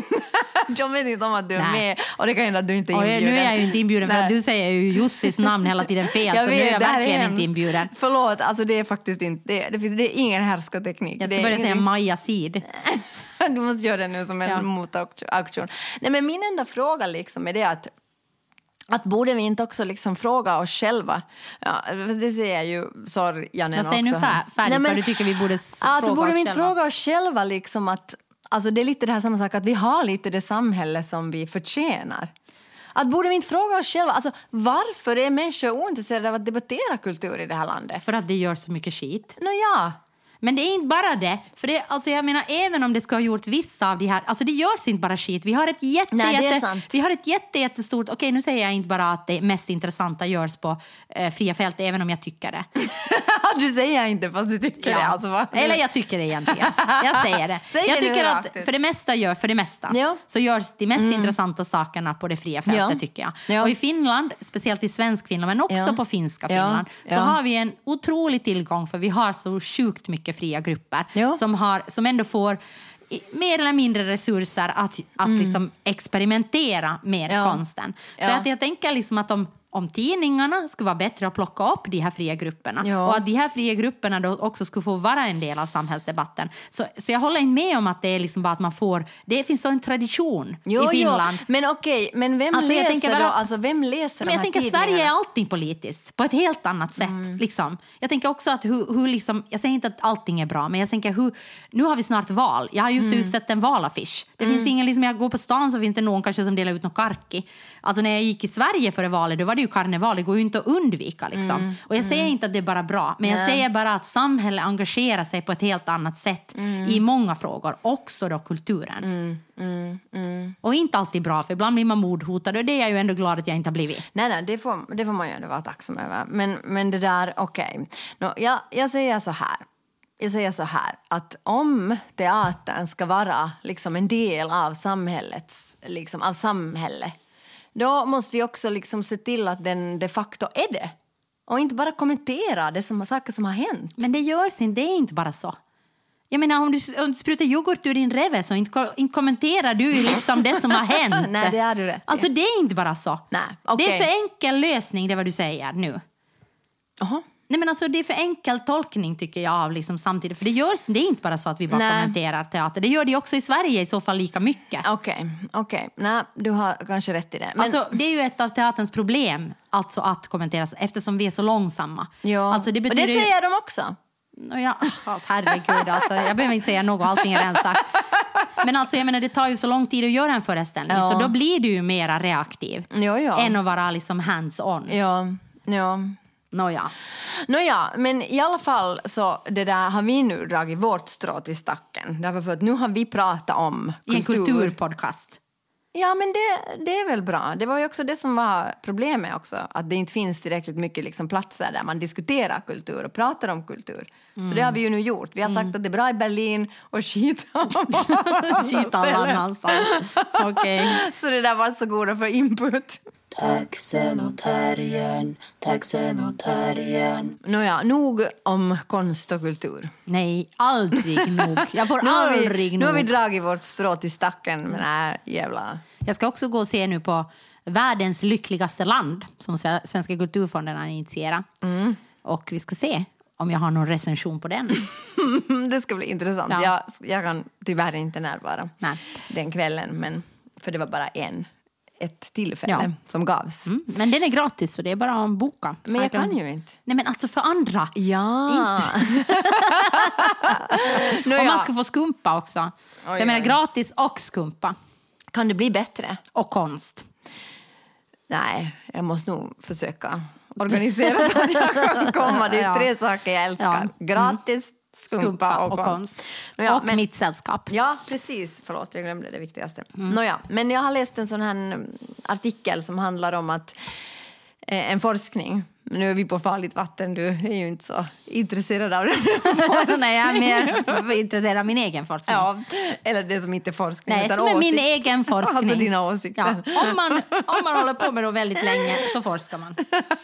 Jag vet inte om att du är Nej. med och det kan hända att du inte är inbjuden. Och nu är jag ju inte inbjuden för att du säger ju Jussis namn hela tiden fel jag så vet, nu är jag verkligen är inte inbjuden. Förlåt, alltså det är faktiskt inte, det, det, finns, det är ingen härskarteknik. Jag ska det börja ingen... säga Maja Sid. Du måste göra det nu som en ja. motaktion. Nej, men min enda fråga liksom är det att Att borde vi inte också liksom fråga oss själva? Ja, det säger jag ju, sorry Janne också. Vad säger nu fär, färdigt för du tycker vi borde s- alltså, fråga borde oss vi inte själva? fråga oss själva liksom att, alltså det är lite det här samma sak att vi har lite det samhälle som vi förtjänar. Att borde vi inte fråga oss själva, alltså varför är människor ointresserade av att debattera kultur i det här landet? För att det gör så mycket skit. Nå ja. Men det är inte bara det. För det, alltså jag menar, även om det ska ha gjort vissa av de här... Alltså det görs inte bara skit. Vi har ett jätte, Nej, det är jätte, sant. vi har ett jätte, jättestort... Okej, nu säger jag inte bara att det mest intressanta görs på eh, fria fält, även om jag tycker det. Du säger inte fast du tycker ja. det. Alltså, va? Eller jag tycker det egentligen. Jag säger det. Säg jag det tycker att rakt. för det mesta gör för det mesta Ja. så görs de mest Mm. intressanta sakerna på det fria fältet Ja. tycker jag. Ja. Och i Finland, speciellt i svensk Finland men också Ja. på finska Ja. Finland så Ja. har vi en otrolig tillgång för vi har så sjukt mycket fria grupper Ja. som, har, som ändå får i- mer eller mindre resurser att, att liksom experimentera med Ja. konsten. Så Ja. att jag tänker liksom att om Om tidningarna skulle vara bättre att plocka upp de här fria grupperna Ja. och att de här fria grupperna då också skulle få vara en del av samhällsdebatten. Så, så jag håller inte med om att det är liksom bara att man får... Det finns så en tradition Jo, i Finland. Jo. Men okej, men vem Alltså, jag läser tänker bara då? att- Alltså vem läser Men de jag här tänker tidningarna? Sverige är allting politiskt på ett helt annat sätt. Mm. Liksom. Jag tänker också att hur, hur liksom, jag säger inte att allting är bra, men jag tänker hur, nu har vi snart val. Jag har just Mm. just sett en valaffisch. Det finns ingen, liksom, jag går på stan så finns det någon kanske som delar ut något karki. Alltså när jag gick i Sverige före valet, då var det ju karneval. Det går ju inte att undvika liksom. Mm. Och jag säger inte att det är bara bra, men jag Nej. säger bara att samhället engagerar sig på ett helt annat sätt Mm. i många frågor, också då kulturen. Och inte alltid bra, för ibland blir man mordhotad och det är jag ju ändå glad att jag inte har blivit. Nej, nej, det får, det får man ju ändå vara tacksam över. Men, men det där, okej. Okay. No, jag, jag säger så här. Jag säger så här, att om teatern ska vara liksom en del av samhällets, liksom av samhället, då måste vi också liksom se till att den de facto är det. Och inte bara kommentera det som saker som har hänt. Men det görs inte, det är inte bara så. Jag menar, om du, om du sprutar yoghurt ur din reve så inte, ko- inte kommenterar du liksom det som har hänt. Nej, det har du rätt i. Alltså det är inte bara så. Nej, okej. Det är för enkel lösning, det är vad du säger nu. Jaha. Nej, men alltså, det är för enkel tolkning tycker jag av liksom, samtidigt. För det görs, det är inte bara så att vi bara Nej. kommenterar teater. Det gör det också i Sverige i så fall lika mycket. Okej, okej. Nej, du har kanske rätt i det. Men, Alltså, det är ju ett av teaterns problem, alltså att kommenteras, eftersom vi är så långsamma. ja. Alltså, det och det betyder ju- säger de också. Och ja, oh, herregud, alltså, jag behöver inte säga något, allting är redan sagt. Men alltså, jag menar, det tar ju så lång tid att göra en föreställning, Ja. så då blir du ju mera reaktiv Ja, ja. än att vara liksom hands-on. Ja, ja. Nåja. Nåja, men i alla fall så det där har vi nu dragit vårt strå till stacken. Därför för att nu har vi pratat om I en kultur. kulturpodcast. Ja, men det, det är väl bra. Det var ju också det som var problemet också. Att det inte finns tillräckligt mycket liksom platser där man diskuterar kultur och pratar om kultur. Mm. Så det har vi ju nu gjort. Vi har sagt att det är bra i Berlin och skit Shit alla annanstans. Okej. Så det där var så goda för input. Taxenotarien, taxenotarien. Nåja, nog om konst och kultur. Nej, aldrig nog. Jag får Nu har, aldrig vi, nog. nu har vi dragit vårt strå till stacken med den här jävla... Jag ska också gå och se nu på Världens lyckligaste land som Svenska kulturfonden har initierat. Mm. Och vi ska se om jag har någon recension på den. Det ska bli intressant. Ja. Jag, jag kan tyvärr inte närvara Nej. den kvällen, men för det var bara en, ett tillfälle Ja. som gavs. Mm, men den är gratis så det är bara att boka. Men jag kan ju inte. Nej, men alltså för andra. Ja. Nå, Om ja. man ska få skumpa också. Så Oj, jag menar oj. gratis och skumpa. Kan det bli bättre? Och konst. Nej, jag måste nog försöka organisera så att jag kan komma. Det är Ja. tre saker jag älskar. Ja. Gratis, skumpa, Skumpa och, och konst. konst. Nåja, och men, mitt sällskap. ja, precis. Förlåt, jag glömde det viktigaste. Mm. Nåja, men jag har läst en sån här artikel som handlar om att eh, en forskning. Nu är vi på farligt vatten, du är ju inte så intresserad av det. Nej, jag är mer intresserad av min egen forskning. Ja, eller det som inte är forskning Nej, utan som är min åsikt. egen forskning. Alltså dina åsikter. Ja. Om, man, om man håller på med det väldigt länge så forskar man.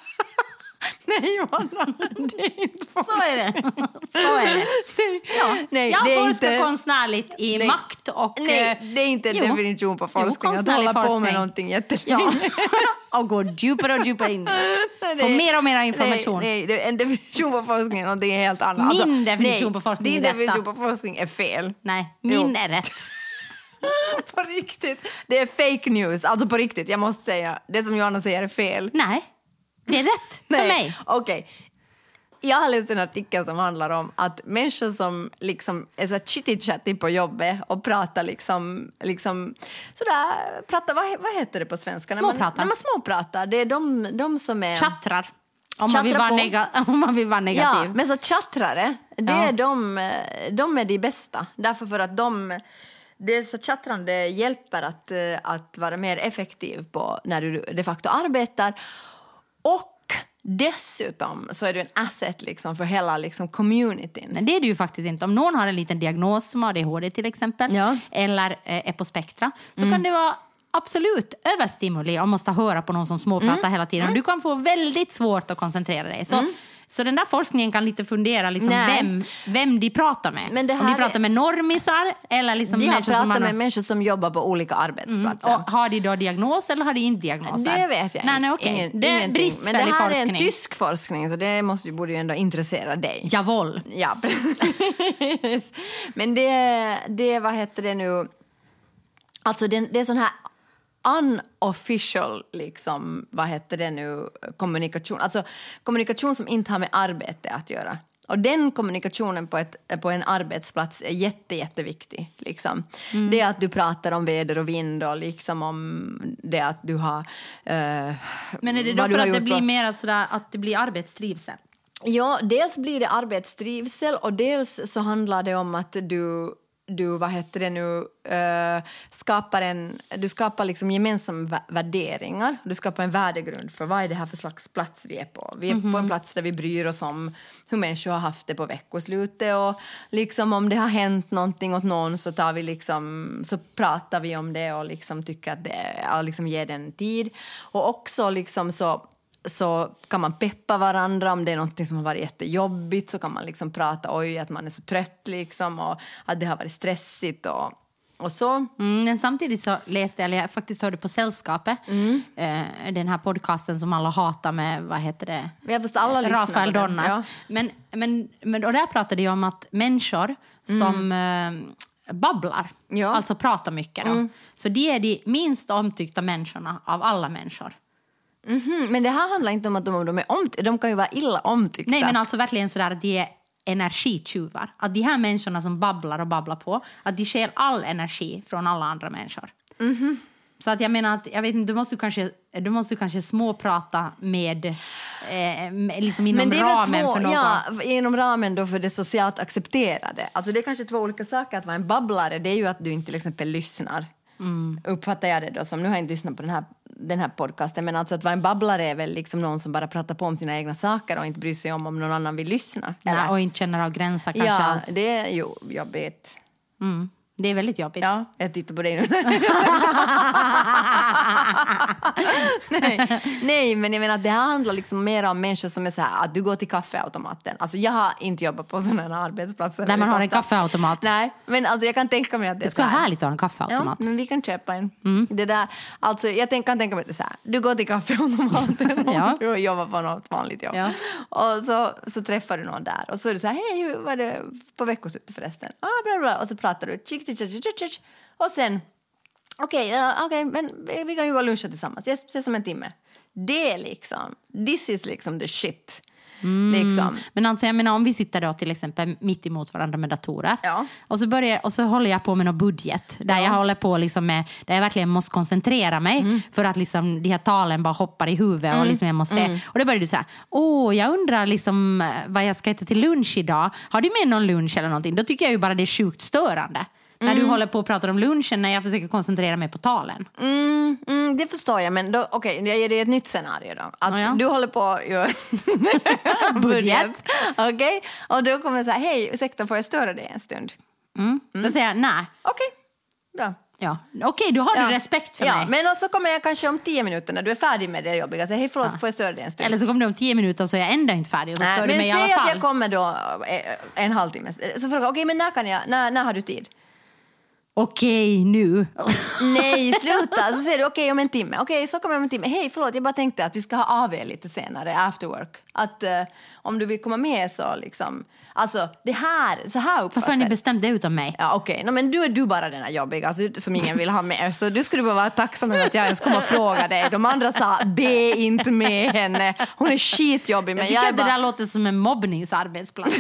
Nej, Johanna, det är inte forskning. Så är det. Så är det. Ja, nej, jag det är forskar inte... konstnärligt i nej, makt och... Nej, det är inte en jo. definition på forskning. Jo, att hålla på forskning. med någonting jättelänge. Ja. Och går djupare och djupare in. Få mer och mer information. Nej, nej, en definition på forskning är någonting helt annat. Min definition nej, på forskning din är detta. definition på forskning är fel. Nej, min Jo. är rätt. På riktigt. Det är fake news. Alltså på riktigt, jag måste säga. Det som Johanna säger är fel. Nej, det är rätt för Nej. mig. Okej. Jag har läst en artikel som handlar om att människor som liksom är så chitty-chatty på jobbet och pratar liksom, liksom sådär, pratar, vad, vad heter det på svenska? När man, Småpratar. när man småpratar, det är de, de som är... Chattrar. Om man, vill vara på. nega- om man vill vara negativ. Ja, men så chattrare, det Ja. är de, de är de bästa. Därför för att de... Det så chattrande hjälper att, att vara mer effektiv på när du de facto arbetar. Och dessutom så är du en asset liksom för hela liksom communityn. Nej, det är det ju faktiskt inte. Om någon har en liten diagnos som A D H D till exempel, Ja. eller eh, är på spektra, så kan det vara absolut överstimuli om man måste höra på någon som småpratar Mm. hela tiden. Du kan få väldigt svårt att koncentrera dig. Så, så den där forskningen kan lite fundera liksom Nej. vem, vem de pratar med. Men det om de här pratar är- med normisar eller liksom De har människor som pratat man med har- människor som jobbar på olika arbetsplatser. och har de då diagnos eller har de inte diagnoser? Det vet jag nej, nej, okej. Ingen- Det är ingenting. Men bristfällig det här är forskning. en tysk forskning så det måste, ju- borde ju ändå intressera dig. Javol. Ja, precis. Men det, det, vad heter det nu? Alltså det, det är sån här unofficial, liksom, vad heter det nu, kommunikation. Alltså kommunikation som inte har med arbete att göra. Och den kommunikationen på, ett, på en arbetsplats är jätte, jätteviktig. Liksom. Mm. Det är att du pratar om väder och vind och liksom om det att du har... Uh, Men är det då för att det blir mer sådär att det blir arbetstrivsel? Ja, dels blir det arbetstrivsel och dels så handlar det om att du, du vad heter det nu, äh, skapar en, du skapar liksom gemensamma värderingar. Du skapar en värdegrund för vad är det här för slags plats vi är på. Vi är mm-hmm. på en plats där vi bryr oss om hur människor har haft det på veckoslutet och liksom om det har hänt någonting åt någon så tar vi liksom, så pratar vi om det och liksom tycker att det, och liksom ger den tid. Och också liksom så så kan man peppa varandra om det är något som har varit jättejobbigt, så kan man liksom prata oj att man är så trött liksom och att det har varit stressigt och, och så. Mm, men samtidigt så läste jag, eller jag faktiskt hörde på Sällskapet, mm. eh, den här podcasten som alla hatar med, vad heter det? Vi har fast alla lyssnar Rafael på den, Donner. ja. Men, men, men och där pratade jag om att människor som mm. eh, babblar, Ja. alltså pratar mycket då, mm. så de är de minst omtyckta människorna av alla människor. Mm-hmm. Men det här handlar inte om att de, de är omtyckta. De kan ju vara illa omtyckta. Nej, men alltså verkligen sådär att de är energitjuvar. Att de här människorna som babblar och babblar på, att de sker all energi från alla andra människor. Mm-hmm. Så att jag menar att, jag vet inte, du måste kanske, du måste kanske småprata med, eh, med liksom inom men det är väl ramen två, för någon. ja, inom ramen då för det socialt accepterade. Alltså det är kanske två olika saker. Att vara en babblare, det är ju att du inte till exempel lyssnar. Mm. Uppfattar jag det då som, nu har jag inte lyssnat på den här, den här podcasten, men alltså att vara en babblare är väl liksom någon som bara pratar på om sina egna saker och inte bryr sig om om någon annan vill lyssna. Nej, och inte känner av gränser kanske ja, alls. det är ju jobbigt. Mm. Det är väldigt jobbigt. Ja, jag tittar på dig nu. Nej. Nej, men jag menar att det här handlar liksom mer om människor som är så här att du går till kaffeautomaten. Alltså jag har inte jobbat på sådana här arbetsplatser. Där man har en kaffeautomat. Nej, men alltså jag kan tänka mig att det, det ska vara härligt att ha en kaffeautomat. Ja, men vi kan köpa en. Mm. Det där, alltså jag tänk, kan tänka mig att det är så här. Du går till kaffeautomaten och ja. du jobbar på något vanligt jobb. Ja. Och så, så träffar du någon där. Och så är du så här, hej, hur var det på veckoslutet förresten? Ah, bra, bra. Och så pratar du. Tjick, tjick, tjick, tjick, tjick. Och sen, okej, okay, uh, okay, men vi kan ju gå och luncha tillsammans. Jag ses om en timme. Det är liksom, this is liksom the shit. Mm. Liksom. Men alltså jag menar om vi sitter då till exempel mitt emot varandra med datorer. Ja. Och så börjar och så håller jag på med någon budget. Där ja. jag håller på liksom med, där jag verkligen måste koncentrera mig. Mm. För att liksom de här talen bara hoppar i huvudet. Mm. Och liksom jag måste se. Mm. Och då börjar du säga, åh jag undrar liksom vad jag ska äta till lunch idag. Har du med någon lunch eller någonting? Då tycker jag ju bara det är sjukt störande. Mm. När du håller på och pratar om lunchen när jag försöker koncentrera mig på talen. Mm, mm, det förstår jag, men okej, okay, jag ger dig ett nytt scenario då. Att oh ja. du håller på att göra budget. Okej, okay? Och då kommer jag säga, hej, ursäkta, får jag störa dig en stund? Mm. Mm. Då säger jag, nej. Okej, okay. bra. Ja. Okej, okay, då har ja. du respekt för ja, mig. Men så kommer jag kanske om tio minuter när du är färdig med det jobbiga. Säg, hej förlåt, ja. får jag störa dig en stund? Eller så kommer du om tio minuter så är jag ändå inte färdig. Och så nej, men du mig säg i alla att fall. Jag kommer då en halvtimme. Så frågar okej, okay, men när kan jag, när, när har du tid? Okej, nu. Nej, sluta. Så säger du okej okay, om en timme. Okej, okay, så kommer jag om en timme. Hej, förlåt, jag bara tänkte att vi ska ha A V lite senare, after work. Att uh, om du vill komma med så liksom... Alltså, det här, så här uppfattar... Varför har ni bestämt det utom mig? Ja, okej. Okay. No, men du är du bara den här jobbiga alltså, som ingen vill ha med. Så du skulle bara vara tacksam över att jag ens kommer att fråga dig. De andra sa, be inte med henne. Hon är skitjobbig. Men jag tycker jag är att bara... det där låter som en mobbningsarbetsplats.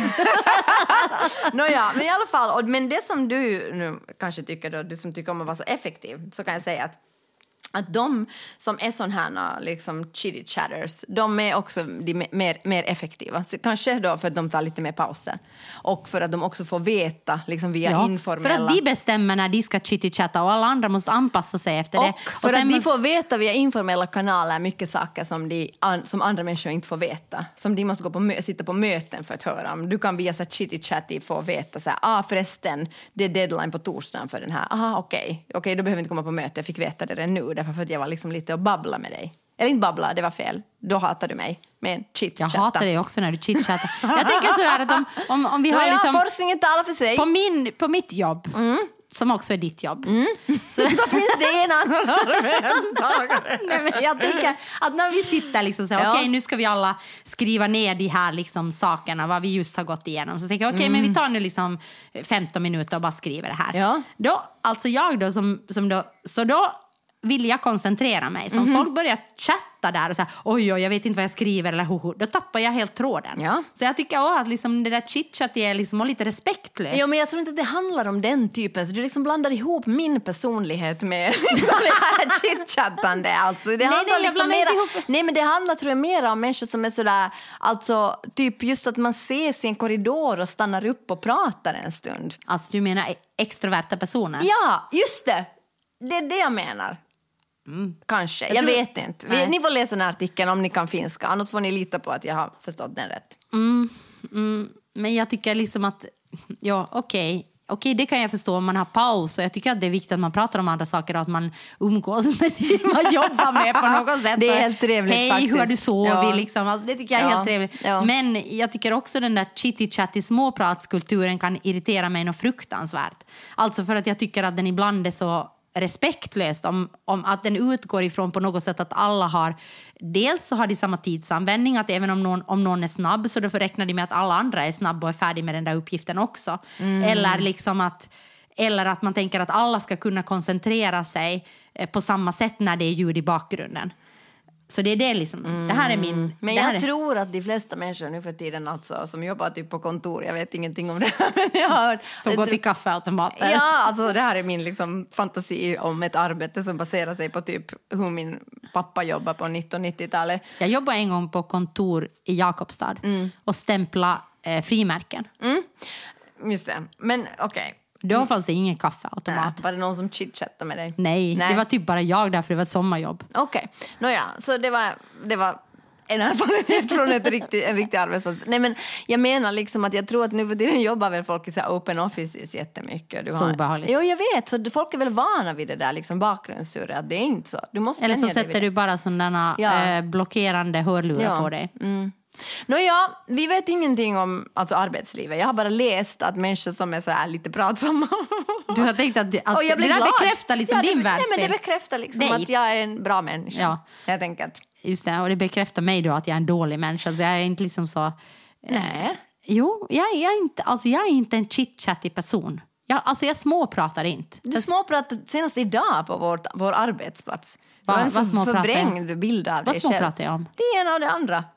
Nåja, men i alla fall. Men det som du nu kanske tycker, då, du som tycker om att vara så effektiv, så kan jag säga att att de som är sån här liksom chitty chatters, de är också de mer, mer effektiva. Så kanske då för att de tar lite mer pauser. Och för att de också får veta liksom via ja, informella... För att de bestämmer när de ska chitty chatta och alla andra måste anpassa sig efter och det. Och för att de får veta via informella kanaler mycket saker som, de, som andra människor inte får veta. Som de måste gå på, sitta på möten för att höra. Du kan via så chitty chatty få veta så här, ah förresten, det är deadline på torsdagen för den här. Aha, okej. Okay. Okej, okay, då behöver vi inte komma på möte. Jag fick veta det redan nu. Därför att jag var liksom lite och babbla med dig. Eller inte babbla, det var fel. Då hatar du mig med en chit-chatta. Jag hatar dig också när du chit-chattar. Jag tänker sådär att om, om, om vi har ja, liksom... forskningen talar för sig. På, min, på mitt jobb, mm. som också är ditt jobb. Mm. Så då finns det en annan arbetstagare. Nej, men jag tänker att när vi sitter liksom så här, ja. okej, nu ska vi alla skriva ner de här liksom sakerna, vad vi just har gått igenom. Så tänker jag, okej, mm. men vi tar nu liksom femton minuter och bara skriver det här. Ja. Då, alltså jag då, som, som då, så då vill jag koncentrera mig. Så om mm-hmm. folk börjar chatta där och säga, oj, oj, jag vet inte vad jag skriver eller hoho, då tappar jag helt tråden. Ja. Så jag tycker också att liksom det där chitchat är liksom lite respektlöst. Ja, men jag tror inte att det handlar om den typen. Så du liksom blandar ihop min personlighet med det här chitchattande. Alltså, det nej, handlar nej, liksom mera, nej, men det handlar tror jag mer om människor som är sådär, alltså typ just att man ses i en korridor och stannar upp och pratar en stund. Alltså du menar extroverta personer? Ja, just det. Det är det jag menar. Mm. Kanske, jag, jag tror... vet inte. Vi, ni får läsa den här artikeln om ni kan finska. Annars får ni lita på att jag har förstått den rätt. Mm, mm. Men jag tycker liksom att, ja okej. Okay. Okej, det kan jag förstå om man har paus. Och jag tycker att det är viktigt att man pratar om andra saker och att man umgås med det man jobbar med på något sätt. Det är helt trevligt. Hej, faktiskt. hur har du sovit? Ja. Liksom. Alltså, det tycker jag är ja. helt trevligt. Ja. Men jag tycker också den där chitty-chatty småpratskulturen kan irritera mig något fruktansvärt. Alltså för att jag tycker att den ibland är så respektlöst om, om att den utgår ifrån på något sätt att alla har, dels så har de samma tidsanvändning, att även om någon, om någon är snabb så då räknar de med att alla andra är snabba och är färdiga med den där uppgiften också. Mm. Eller liksom att eller att man tänker att alla ska kunna koncentrera sig på samma sätt när det är ljud i bakgrunden. Så det är det liksom. Mm. Det här är min... Men jag är... tror att de flesta människor nu för tiden alltså, som jobbar typ på kontor, jag vet ingenting om det här, men jag har hört... Som går till kaffeautomater. Ja, alltså det här är min liksom fantasi om ett arbete som baserar sig på typ hur min pappa jobbar på nittonhundranittiotalet. Jag jobbade en gång på kontor i Jakobstad mm. och stämpla eh, frimärken. Mm. Just det, men okej. Okay. Då fanns det ingen kaffeautomat. Nej, var det någon som chitchattade med dig? Nej, Nej, det var typ bara jag där för det var ett sommarjobb. Okej, okay. Nåja, så det var, det var en erfarenhet från ett riktigt, en riktig arbetsplats. Nej, men jag menar liksom att jag tror att nu för tiden jobbar väl folk i så här open offices jättemycket. Du så har... obehagligt. Jo, jag vet. Så folk är väl vana vid det där liksom bakgrundssurret. Att det är inte så. Du måste eller så sätter du bara sådana ja. eh, blockerande hörlurar ja. på dig. Mm. Nåja, vi vet ingenting om alltså, arbetslivet. Jag har bara läst att människor som är så här lite pratsamma. Du har tänkt att, att och jag det där glad. bekräftar liksom ja, det, din världsbild. Nej, men det bekräftar liksom nej. Att jag är en bra människa. Ja. Jag tänker att... Just det, och det bekräftar mig då att jag är en dålig människa. Så jag är inte liksom så... Nej. Eh, jo, jag, jag, är inte, alltså, jag är inte en chit-chattig person. Jag, alltså jag småpratar inte. Du småpratade senast idag på vår, vår arbetsplats. Va, det var en vad för, förvrängd bild av vad dig själv. Vad småpratar jag om? Det ena och det andra.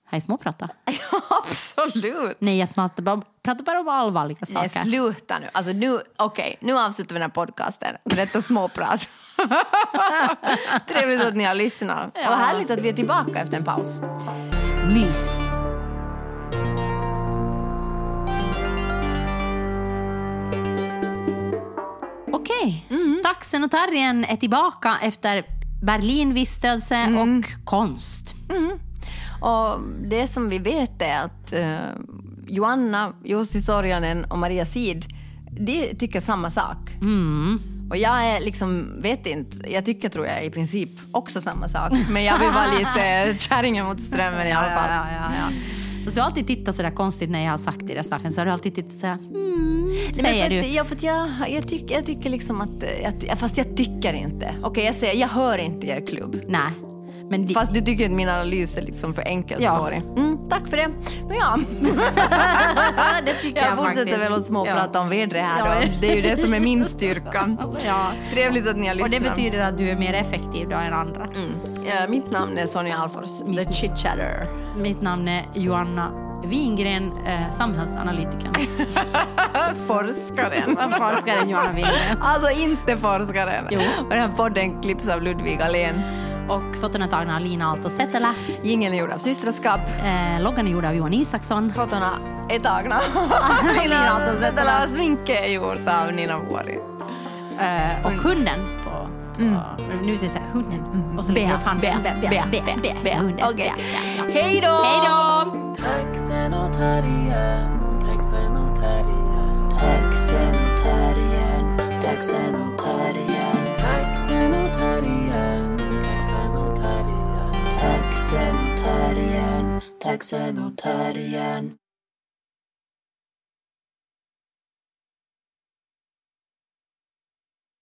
Hej småprata. Ja, absolut. Nej, jag pratar bara, pratar bara om allvarliga saker. Nej, sluta nu. Alltså nu, okej, okay, nu avslutar vi den här podcasten med detta småprat. Trevligt att ni har lyssnat. Ja. Och härligt att vi är tillbaka efter en paus. Mys. Okej, okay. mm. Taxen och Tarjen är tillbaka efter Berlinvistelse mm. och konst. Mm. Och det som vi vet är att uh, Joanna, Jussi Sorjanen och Maria Sid, de tycker samma sak. Mm. Och jag är liksom, vet inte, jag tycker tror jag i princip också samma sak. Men jag vill vara lite kärringen mot strömmen i alla fall. Ja, ja, ja, ja. Så du har alltid tittat sådär konstigt när jag har sagt det där saken. Så har du alltid tittat sådär, mm, säger Nej, för att, du. Ja, för att jag, jag, tycker, jag tycker liksom att, jag, fast jag tycker inte. Okej, okay, jag säger, jag hör inte er klubb. Nej. Men det... Fast du tycker att min analys är liksom för enkel ja. story. Mm, tack för det. Men ja. det tycker jag, jag fortsätter faktiskt. väl att småprata ja. om vädret här ja. då. Det är ju det som är min styrka. ja. Trevligt att ni har lyssnat. Och det betyder att du är mer effektiv då än andra. Mm. Ja, mitt namn är Sonja Alfors, The Chit Chatter. Mitt namn är Joanna Wingren, eh, samhällsanalytikern. Forskaren. Forskaren Joanna Wingren. Alltså inte forskaren. Jo. Och den här podden klipps av Ludvig Alén. Och fotona är tagna av Lina Aalto Setälä. Jingeln är gjord av Systraskap. Eh, loggan är gjord av Johan Isaksson. Fotona är tagna av Lina Aalto Setälä. Och sminket är gjort av Nina Vuori. Eh, och hunden på... på mm. Nu säger jag hunden. Mm. Och så lägger upp handen. Be, be, be, be, be, hunden. Okej. Hej då! Hej då! Taxen och Tarjen, taxen och Tarjen. Taxen och Tarjen, taxen och Tarjen. Taxen och Tarjen, taxen och Tarjen. Taxen och Tarjen, taxen och Tarjen.